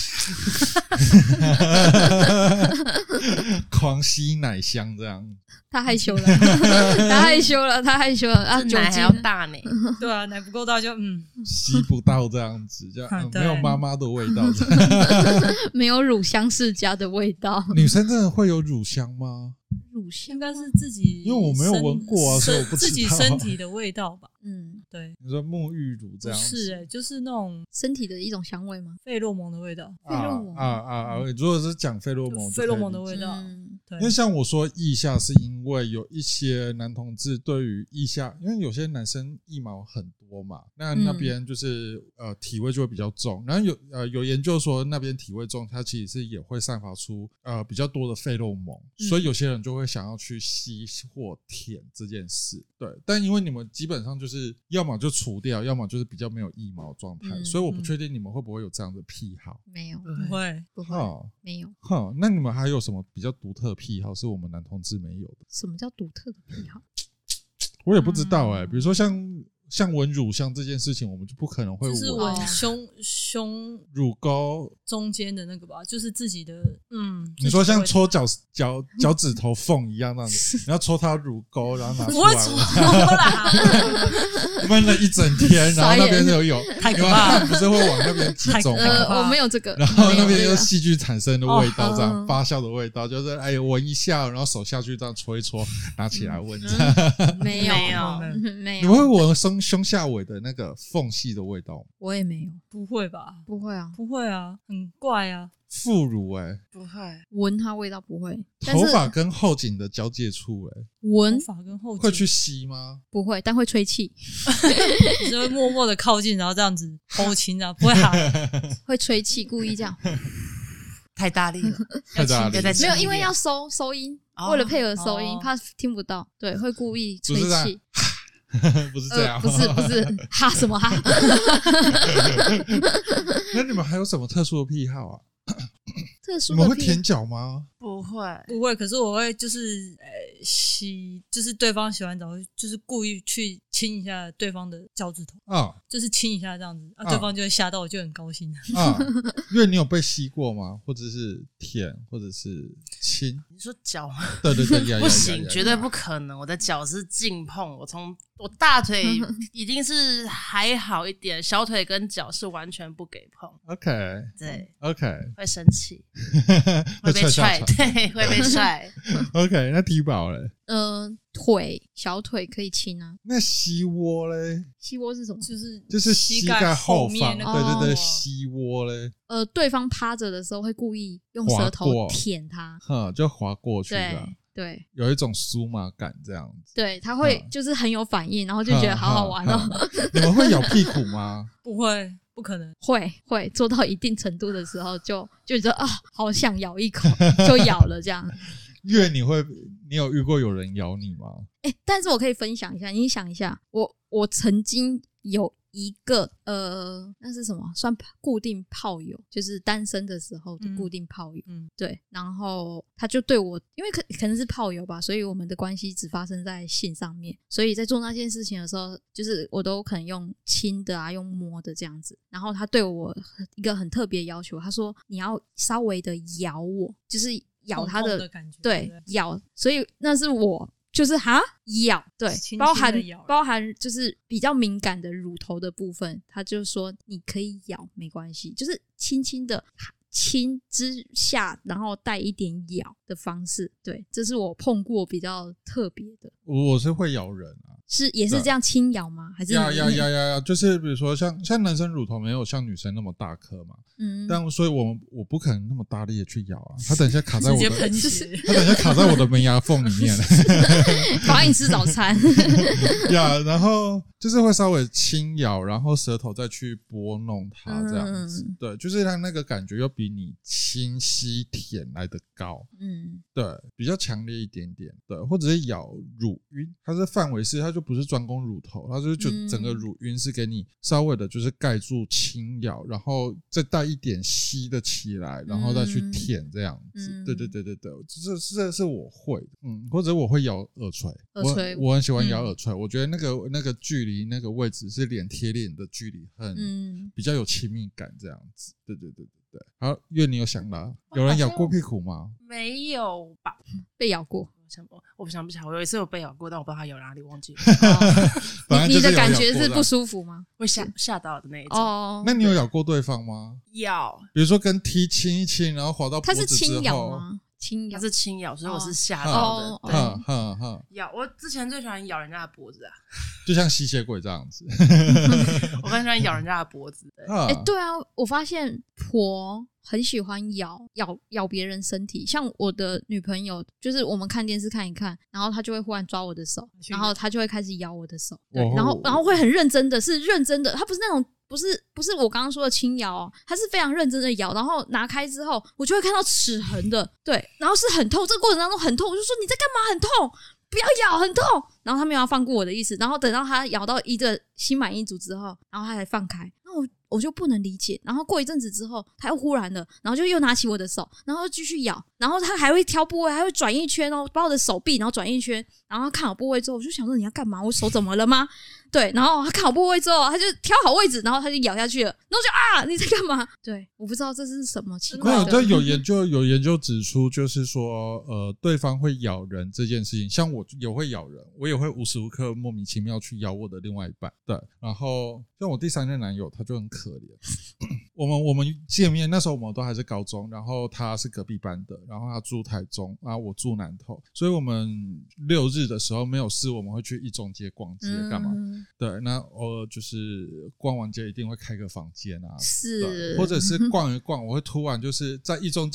狂吸奶香这样。 他害羞了，他害羞了，他害羞了啊！ 酒精还要大呢， 对啊，奶不够大就嗯吸不到这样子，就、嗯、没有妈妈的味道， 没有乳香世家的味道。 女生真的会有乳香吗？ 乳香应该是自己， 因为我没有闻过啊，所以我不知道自己身体的味道吧。 嗯， 对。 你说沐浴乳这样子？ 不是哎、欸，就是那种身体的一种香味吗？ 费洛蒙的味道。 费洛蒙啊啊啊！如果是讲费洛蒙， 费洛蒙的味道。 嗯， 对。 因为像我说腋下，是因为有一些男同志对于腋下，因为有些男生腋毛很多嘛，那那边就是、嗯、呃体味就会比较重。然后有呃有研究说那边体味重，它其实是也会散发出呃比较多的费洛蒙， 嗯、 所以有些人就会想要去吸或舔这件事。对，但因为你们基本上就是要么就除掉，要么就是比较没有腋毛状态、嗯，所以我不确定你们会不会有这样的癖好。 没有， 不会， 不会， 哦、 没有。 哈，那你们还有什么比较独特的癖好是我们男同志没有的？ 什么叫独特的癖好？ 我也不知道哎、欸嗯，比如说像像闻乳香这件事情，我们就不可能会闻， 就是闻胸胸乳沟中间的那个吧，就是自己的嗯。 你说像戳脚脚脚趾头缝一样那样子，然后戳它乳沟，然后拿出来， 不会戳啦， 闷了一整天，然后那边就有， 太可怕了， 不是会往那边集中吗？ 呃，我没有这个， 然后那边有戏剧产生的味道，这样、 哦、 发酵的味道，就是哎闻一下，然后手下去这样戳一戳，拿起来闻。 嗯、没有没有没有， 你会闻胸胸下尾的那个缝隙的味道吗？ 我也没有， 不会吧？ 不会啊， 不会啊，很怪啊。 副乳哎、欸， 不会闻它味道不会， 头发跟后颈的交界处哎、欸， 闻头发跟后颈会去吸吗？ 不会，但会吹气， 你就会默默的靠近，然后这样子偷亲啊，不会喊， 会吹气，故意这样。 太大力了， 太大力了没有，因为要收收音， 哦为了配合收音， 哦怕听不到，对，会故意吹不是气。 不是这样、 呃，不是不是哈什么哈？ 那你们还有什么特殊的癖好啊？ 特殊你们会的癖舔脚吗？ 不会， 不会，可是我会就是呃洗，就是对方洗完澡，就是故意去亲一下对方的脚趾头， 啊就是亲一下这样子，啊， 啊对方就会吓到，我就很高兴。 啊，因为你有被吸过吗？或者是舔，或者是亲？ 你说脚吗？ 对对对，呀呀呀不行， 呀绝对不可能。我的脚是近碰，我从我大腿已经是还好一点，小腿跟脚是完全不给碰。 OK 对， OK， 会生气，会被踹， 踹下床。 对，会被踹。 OK，那低保嘞？ 呃，腿小腿可以亲啊， 那膝窝嘞？ 膝窝是什么？ 就是就是膝膝盖后后方， 面那个， 对对对， 哦膝窝嘞， 呃，对方趴着的时候会故意用划舌头过舔他， 哼，就滑过去对的， 对有一种酥麻感这样子。 对，他会嗯就是很有反应，然后就觉得好好玩哦。 哼哼哼你们会咬屁股吗？ 不会，不可能。 会会做到一定程度的时候就，就觉得啊，好想咬一口，就咬了这样。 月你会，你有遇过有人咬你吗？ 哎、但是我可以分享一下，你想一下，我我曾经有一个呃，那是什么？算固定炮友，就是单身的时候的固定炮友。 嗯， 对，然后他就对我，因为可可能是炮友吧，所以我们的关系只发生在性上面，所以在做那件事情的时候，就是我都可能用亲的啊，用摸的这样子。然后他对我一个很特别的要求，他说你要稍微的咬我，就是咬他痛的， 痛的感觉， 对不对咬，所以那是我。就是哈咬，对， 轻轻地包含咬包含就是比较敏感的乳头的部分，他就说你可以咬没关系，就是轻轻的亲之下，然后带一点咬的方式，对，这是我碰过比较特别的。 我我是会咬人啊， 是也是这样轻咬吗？还是呀呀呀呀呀，就是比如说像像男生乳头没有像女生那么大颗嘛， 嗯， 但所以我们我不可能那么大力的去咬啊，它等一下卡在我的， 直接喷血。 它等一下卡在我的门牙缝里面帮你吃早餐。 呀，然后就是会稍微轻咬，然后舌头再去拨弄它这样子， 嗯对，就是它那个感觉又比你清晰舔来的高， 嗯对，比较强烈一点点，对，或者是咬乳晕，它是范围是它就不是专攻乳头，它就是就嗯整个乳晕是给你稍微的就是盖住轻咬，然后再带一点吸的起来，然后再去舔这样子， 嗯对对对对对，这是这是我会的，嗯，或者我会咬耳垂， 耳垂我我很喜欢咬嗯耳垂，我觉得那个那个距离那个位置是脸贴脸的距离很、 嗯， 比较有亲密感这样子，对对对对对。好，月你有想到有人咬过屁股吗？ 没有吧？ 被咬过。 我想我我想不起来，我有一次有被咬过，但我不知道它咬哪里，忘记了， 反正就是有你你的感咬过的觉是不舒服吗？ 会吓吓到的那一种。 哦， 那你有咬过对方吗？ 咬， 比如说跟 T 亲一亲，然后滑到脖它是子之轻咬后， 吗？轻咬它是轻咬，所以我是吓哦到的。 哦对， 哼哼哼， 咬我之前最喜欢咬人家的脖子啊， 就像吸血鬼这样子。 我很喜欢咬人家的脖子。对， 哎哎、对啊，我发现婆很喜欢咬咬咬别人身体，像我的女朋友，就是我们看电视看一看，然后她就会忽然抓我的手， 去然后她就会开始咬我的手，对， 哦然后然后会很认真的，是认真的，她不是那种。不是不是我刚刚说的轻咬哦，她是非常认真的咬，然后拿开之后，我就会看到齿痕的，对，然后是很痛，这个过程当中很痛，我就说你在干嘛？很痛，不要咬，很痛。然后她没有要放过我的意思，然后等到她咬到一个心满意足之后，然后她才放开，然后我我就不能理解。然后过一阵子之后，她又忽然的，然后就又拿起我的手，然后又继续咬，然后她还会挑部位，还会转一圈哦，把我的手臂然后转一圈，然后她看好部位之后，我就想说你要干嘛？我手怎么了吗？对，然后他看好部位之后，他就挑好位置，然后他就咬下去了，然后就啊，你在干嘛？对，我不知道这是什么奇没有， 怪的。 就有研究有研究指出，就是说，呃，对方会咬人这件事情，像我也会咬人，我也会无时无刻莫名其妙去咬我的另外一半。对，然后像我第三任男友，他就很可怜。我们我们见面那时候我们都还是高中，然后他是隔壁班的，然后他住台中，然后我住南投，所以我们六日的时候没有事，我们会去一中街逛街干嘛？ 嗯、 对，那偶尔就是逛完街一定会开个房间啊， 是， 或者是逛一逛，我会突然就是在一中街哦，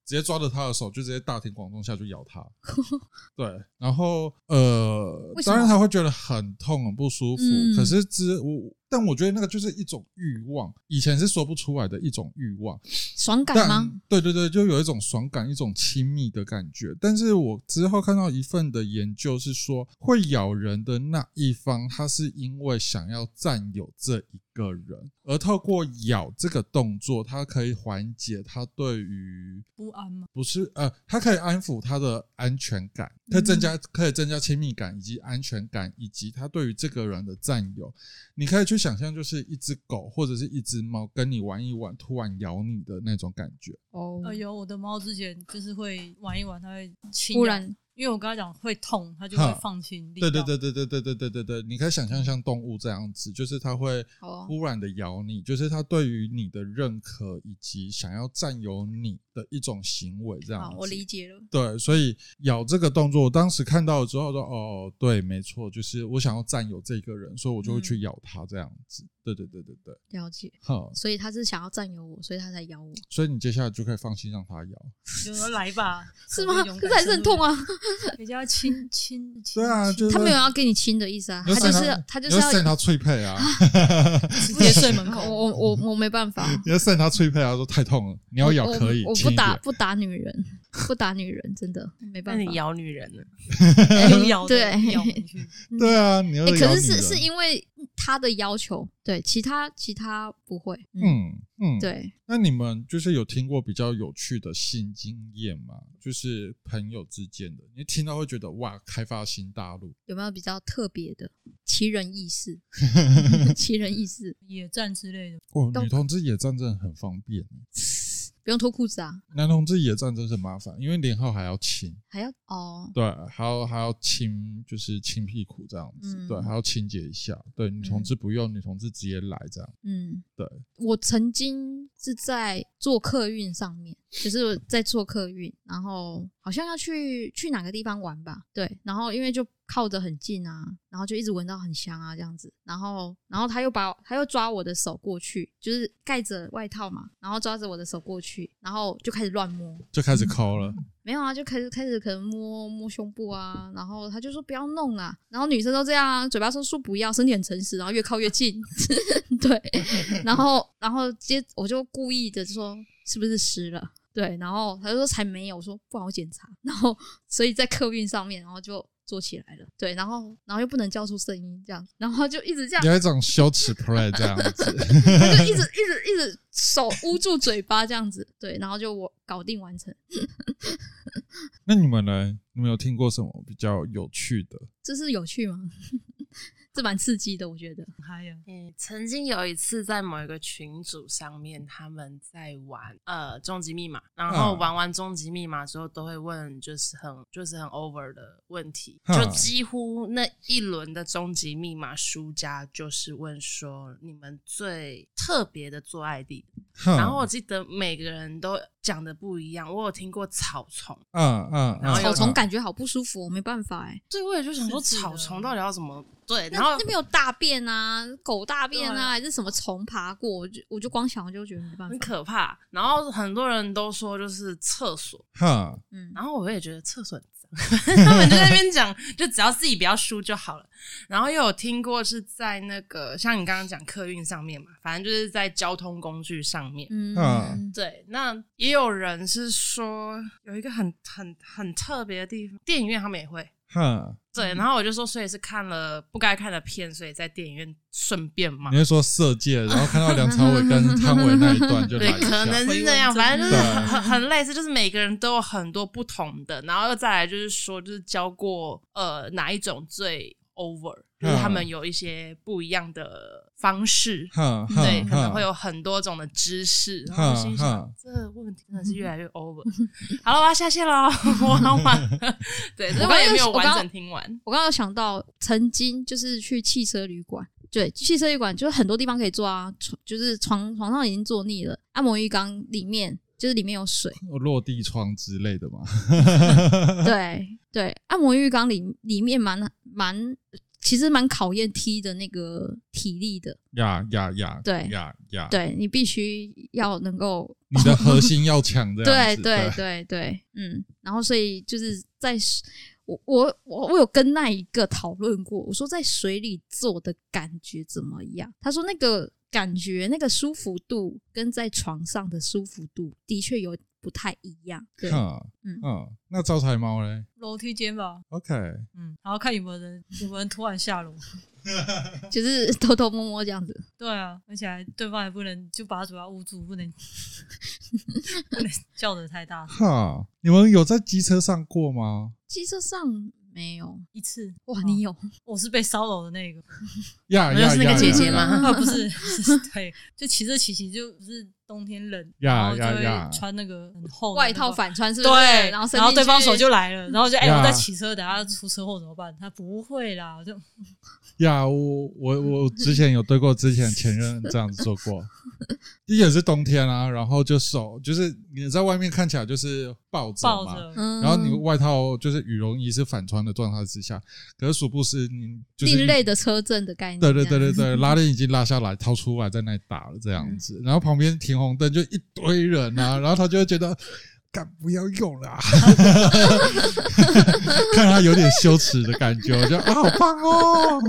直接抓着他的手就直接大庭广众下去咬他。对，然后呃，当然他会觉得很痛很不舒服，嗯、可是之我。但我觉得那个就是一种欲望，以前是说不出来的一种欲望， 爽感吗？ 对对对，就有一种爽感，一种亲密的感觉。但是我之后看到一份的研究是说，会咬人的那一方，他是因为想要占有这一个人，而透过咬这个动作，他可以缓解他对于不安吗？ 不是，呃，他可以安抚他的安全感，可以增加，可以增加亲密感以及安全感，以及他对于这个人的占有。你可以去想象，就是一只狗或者是一只猫跟你玩一玩，突然咬你的那种感觉。 哦，呃，有我的猫之前就是会玩一玩，它会亲， 突然。 因为我跟他讲会痛，他就会放轻力道。 对对对对对对对对对，你可以想象像动物这样子，就是它会忽然的咬你，就是它对于你的认可以及想要占有你的一种行为这样子。 好，我理解了。 对，所以咬这个动作，我当时看到了之后说，哦，对，没错，就是我想要占有这个人，所以我就会去咬他这样子。嗯、对对对对对， 了解。好，所以他是想要占有我，所以他才咬我。 所以你接下来就可以放心让他咬。 就说来吧， 是吗？可是还是很痛啊。 人家要亲亲， 对啊，就是他没有要给你亲的意思啊，他就是他就是要扇他脆配啊， 直接睡门口。 我我我没办法， 你要扇他脆配啊，说太痛了，你要咬可以， 我不打不打女人，不打女人，真的没办法。 那你咬女人了， 咬对咬回去， 对啊，你要咬女人。 可是是是因为他的要求，对，其他其他不会， 嗯嗯， 对。 那你们就是有听过比较有趣的性经验吗？就是朋友之间的，你听到会觉得哇，开发新大陆， 有没有比较特别的奇人异事？奇人异事， 野战之类的。 哦，女同志野战真的很方便， 不用脱裤子啊。 男同志野战真是麻烦，因为连号还要亲， 还要哦， 对，还要还要亲，就是亲屁股这样子，嗯、对，还要清洁一下。对，女同志不用，嗯、女同志直接来这样。嗯，对。 我曾经是在坐客运上面，就是在坐客运，然后好像要去去哪个地方玩吧，对，然后因为就靠得很近啊，然后就一直闻到很香啊这样子，然后然后他又把他又抓我的手过去，就是盖着外套嘛，然后抓着我的手过去，然后就开始乱摸， 就开始抠了。 没有啊，就开始开始可能摸摸胸部啊，然后他就说不要弄啊，然后女生都这样啊，嘴巴说说不要，身体很诚实，然后越靠越近，对，然后然后接我就故意的说是不是湿了，对，然后他就说才没有，我说不然我检查，然后所以在客运上面，然后就坐起来了，对，然后然后又不能叫出声音，这样，然后就一直这样， 有一种羞耻 play 这样子， 他就一直一直一直手捂住嘴巴这样子，对，然后就我搞定完成。 那你们呢？你们有听过什么比较有趣的？ 这是有趣吗？这蛮刺激的，我觉得。 还有， 嗯，曾经有一次在某一个群组上面，他们在玩呃终极密码，然后玩完终极密码之后，都会问就是很就是很 over 的问题， 嗯、 就几乎那一轮的终极密码输家就是问说你们最特别的做爱地， 嗯、 然后我记得每个人都讲的不一样，我有听过草丛， 嗯嗯， 然后草丛感觉好不舒服，我没办法哎、欸。 对，我也就想说草丛到底要怎么。对，然后那那边有大便啊，狗大便啊，还是什么虫爬过，我就我就光想我就觉得没办法， 很可怕。然后很多人都说就是厕所， 哈， 嗯，然后我也觉得厕所很脏，他们就在那边讲，就只要自己不要输就好了。然后又有听过是在那个像你刚刚讲客运上面嘛，反正就是在交通工具上面， 嗯， 对。那也有人是说有一个很很很特别的地方，电影院他们也会。 哼， 对，然后我就说，所以是看了不该看的片，所以在电影院顺便嘛。 你会说色戒，然后看到梁朝伟跟汤唯那一段就来一下， 对，可能是那样，反正就是很很很类似，就是每个人都有很多不同的，然后又再来就是说，就是教过呃哪一种最 over， 就是他们有一些不一样的方式，对，可能会有很多种的知识，然后心想这个问题真的是越来越 over。好了，我要下线了，我玩完了。对，这个也没有完整听完。 我刚刚有想到，曾经就是去汽车旅馆，对，汽车旅馆就是很多地方可以坐啊，就是床床上已经坐腻了，按摩浴缸里面就是里面有水， 落地窗之类的嘛。 对对，按摩浴缸里里面蛮蛮。其实蛮考验 T 的那个体力的， 呀呀呀， 对呀呀， 对你必须要能够你的核心要强这样子。 对对对对，嗯，然后所以就是在我我我我有跟那一个讨论过，我说在水里做的感觉怎么样？他说那个感觉那个舒服度跟在床上的舒服度的确有不太一样。对， 嗯嗯，那招财猫嘞？ 楼梯间吧。 OK， 嗯，然后看有没有人有没有人突然下楼。 就是偷偷摸摸这样子。 对啊，而且还对方还不能就把他嘴巴捂住，不能不能叫得太大声。 哈，你们有在机车上过吗？ 机车上没有一次。 哇，你有？ 我是被骚扰的那个。 呀呀呀！ 是那个姐姐吗？ 啊，不是，是对，就骑着骑骑，就是冬天冷，然后就会穿那个很厚的外套反穿，是不是？ 对， 然后然后对方手就来了，然后就哎， 呀我在骑车，等下出车祸怎么办？他不会啦，我就呀，我我我之前有对过之前前任这样子做过。第一也是冬天啊，然后就手就是你在外面看起来就是抱着嘛， 抱着， 嗯， 然后你外套就是羽绒衣是反穿的状态之下，可是殊不知你就是另类的车震的概念。 对对对对对，拉链已经拉下来，掏出来在那里打了这样子，然后旁边停红灯就一堆人啊，然后他就会觉得干不要用啦，看他有点羞耻的感觉，我就啊好棒哦。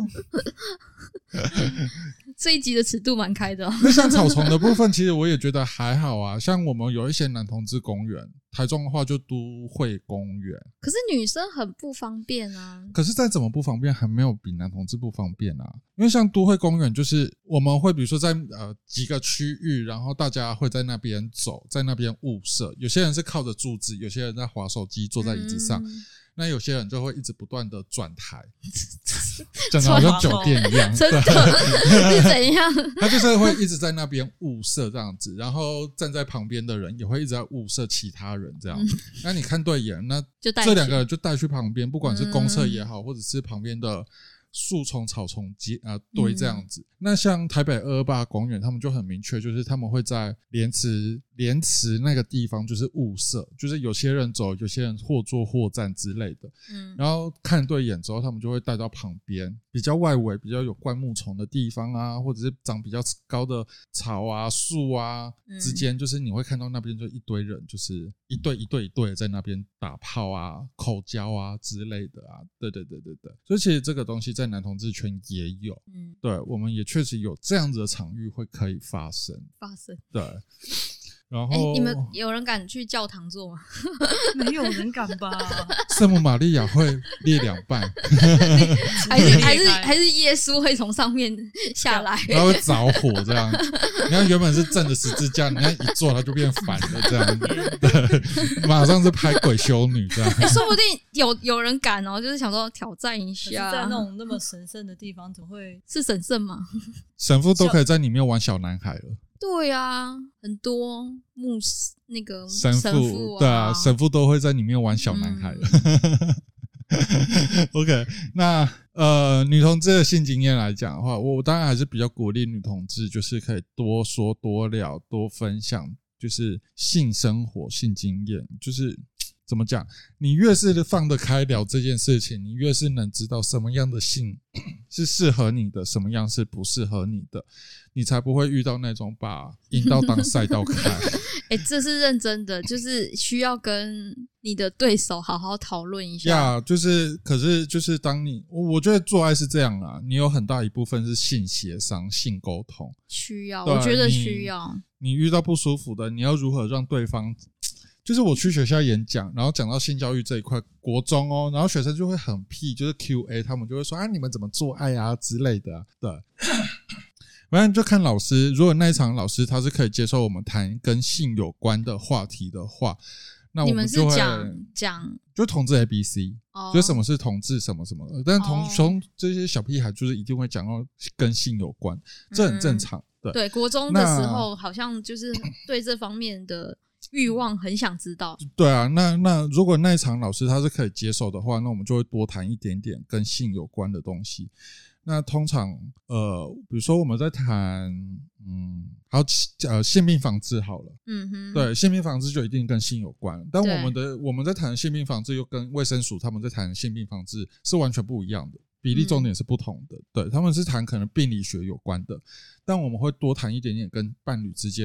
这一集的尺度蛮开的、哦。 那像草丛的部分，其实我也觉得还好啊。像我们有一些男同志公园，台中的话就都会公园。 可是女生很不方便啊。 可是再怎么不方便，还没有比男同志不方便啊。因为像都会公园，就是我们会比如说在呃几个区域，然后大家会在那边走，在那边物色。有些人是靠着柱子，有些人在滑手机，坐在椅子上。嗯，那有些人就会一直不断的转台，讲的好像酒店一样， 真的是怎样？ 他就是会一直在那边物色这样子，然后站在旁边的人也会一直在物色其他人这样。嗯，那你看对眼，那这两个人就带去旁边，不管是公厕也好，嗯，或者是旁边的树丛草丛结啊堆这样子。嗯，那像台北二二八公园，他们就很明确，就是他们会在莲池莲池那个地方就是物色，就是有些人走，有些人或坐或站之类的。嗯，然后看对眼之后，他们就会带到旁边比较外围、比较有灌木丛的地方啊，或者是长比较高的草啊、树啊之间，就是你会看到那边就一堆人，就是一对一对一对在那边打炮啊、口交啊之类的啊。对对对对对，所以其实这个东西在男同志圈也有。嗯，对，我们也确实有这样子的场域会可以发生。 发生， 对。然后， 欸，你们有人敢去教堂做吗？ 没有人敢吧？ 圣母玛利亚会裂两半， 还是还是还是耶稣会从上面下来， 然后会着火这样。你看原本是正的十字架，你看一做它就变反了这样，对，马上是拍鬼修女这样。 欸，说不定有有人敢哦，就是想说挑战一下。 在那种那么神圣的地方，怎么会是神圣吗？ 神父都可以在里面玩小男孩了。 对啊，很多牧师那个神父， 神父啊， 对啊，神父都会在里面玩小男孩了。嗯、OK， 那呃，女同志的性经验来讲的话，我当然还是比较鼓励女同志，就是可以多说多聊多分享，就是性生活、性经验，就是怎么讲？你越是放得开聊这件事情，你越是能知道什么样的性是适合你的，什么样是不适合你的，你才不会遇到那种把阴道当赛道看。 哎、欸，这是认真的，就是需要跟你的对手好好讨论一下。 呀、yeah, 就是，可是就是当你，我觉得做爱是这样啦，你有很大一部分是性协商、性沟通， 需要，我觉得需要。 你, 你遇到不舒服的，你要如何让对方？就是我去学校演讲，然后讲到性教育这一块，国中哦，然后学生就会很屁，就是 Q A， 他们就会说啊，你们怎么做爱啊之类的、啊，对。反正就看老师，如果那一场老师他是可以接受我们谈跟性有关的话题的话，那我们就会讲讲就同志 A B C，、哦、就什么是同志什么什么的。但是同从、哦、这些小屁孩就是一定会讲到跟性有关，这很正常。嗯、对对，国中的时候好像就是对这方面的欲望很想知道。 对啊，那那如果那一场老师他是可以接受的话，那我们就会多谈一点点跟性有关的东西。那通常呃比如说我们在谈嗯好呃性病防治好了，嗯哼，对，性病防治就一定跟性有关，但我们的我们在谈性病防治又跟卫生署他们在谈性病防治是完全不一样的，比例重点是不同的、嗯、对，他们是谈可能病理学有关的，但我们会多谈一点点跟伴侣之间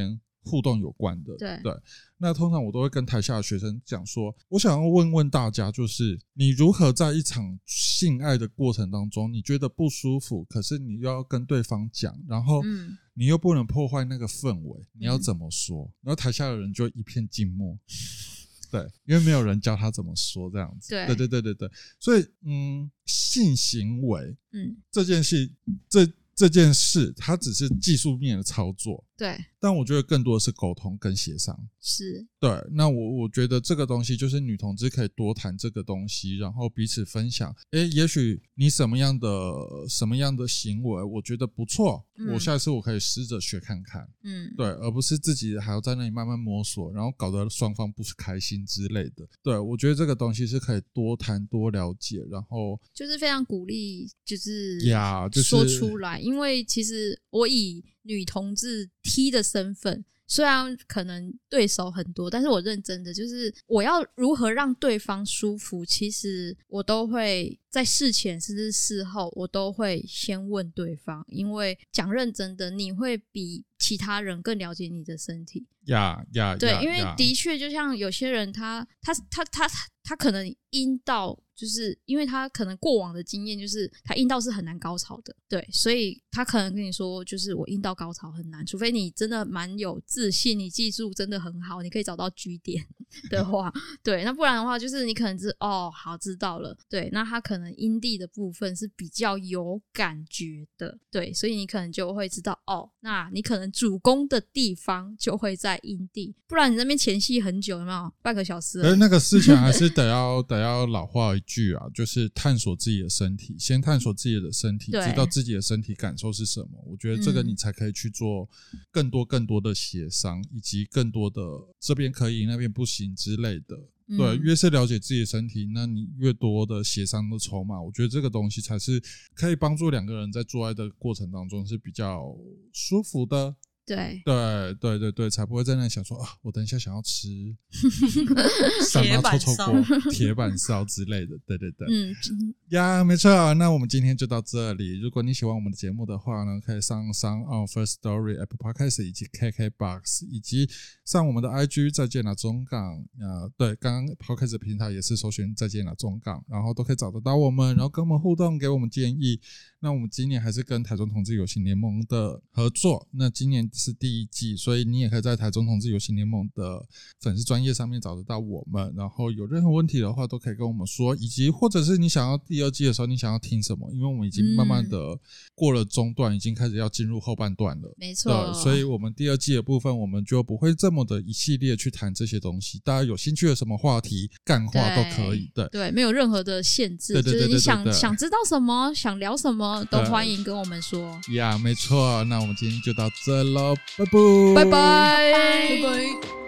互动有关的。 对对，那通常我都会跟台下的学生讲说，我想要问问大家，就是你如何在一场性爱的过程当中，你觉得不舒服，可是你又要跟对方讲，然后你又不能破坏那个氛围，你要怎么说？然后台下的人就一片静默。对，因为没有人教他怎么说这样子。对对对对对对，所以嗯，性行为，嗯，这件事，这这件事，它只是技术面的操作。 对， 但我觉得更多的是沟通跟协商。 是， 对。那我我觉得这个东西就是女同志可以多谈这个东西，然后彼此分享。诶，也许你什么样的什么样的行为，我觉得不错，嗯、我下次我可以试着学看看。嗯，对，而不是自己还要在那里慢慢摸索，然后搞得双方不开心之类的。对，我觉得这个东西是可以多谈多了解，然后就是非常鼓励，就是呀，就是说出来，因为其实我以女同志 T 的身份，虽然可能对手很多，但是我认真的就是我要如何让对方舒服，其实我都会在事前甚至事后我都会先问对方，因为讲认真的，你会比其他人更了解你的身体。 呀呀， 对，因为的确就像有些人他他他他他可能阴道，就是因为他可能过往的经验就是他阴道是很难高潮的，对，所以他可能跟你说就是我阴道高潮很难，除非你真的蛮有自信，你技术真的很好，你可以找到 G 点的话，对，那不然的话就是你可能是哦好知道了，对，那他可能阴蒂的部分是比较有感觉的，对，所以你可能就会知道哦，那你可能主攻的地方就会在阴蒂，不然你那边前戏很久，有没有半个小时？ 可是那个事情还是得要得要老话一句啊，就是探索自己的身体，先探索自己的身体，知道自己的身体感受是什么。我觉得这个你才可以去做更多更多的协商，以及更多的这边可以那边不行之类的。对，越是了解自己的身体，那你越多的协商的筹码，我觉得这个东西才是可以帮助两个人在做爱的过程当中是比较舒服的。 对对对对对，才不会在那里想说啊，我等一下想要吃三妈臭臭锅、铁板烧之类的。对对对，嗯呀，没错。那我们今天就到这里。如果你喜欢我们的节目的话呢，可以上上 on First Story、Apple Podcast 以及 K K Box， 以及上我们的 I G 再见啦中港。呃，对，刚刚 Podcast 的平台也是搜寻再见啦中港，然后都可以找得到我们，然后跟我们互动，给我们建议。那我们今年还是跟台中同志游行联盟的合作，那今年是第一季，所以你也可以在台中同志游行联盟的粉丝专页上面找得到我们，然后有任何问题的话都可以跟我们说，以及或者是你想要第二季的时候你想要听什么，因为我们已经慢慢的过了中段，已经开始要进入后半段了， 没错， 所以我们第二季的部分我们就不会这么的一系列去谈这些东西，大家有兴趣的什么话题干话都可以，对对，没有任何的限制， 对对对对对对， 就是你想想知道什么想聊什么都欢迎跟我们说呀，没错。那我们今天就到这咯，拜拜拜拜拜拜。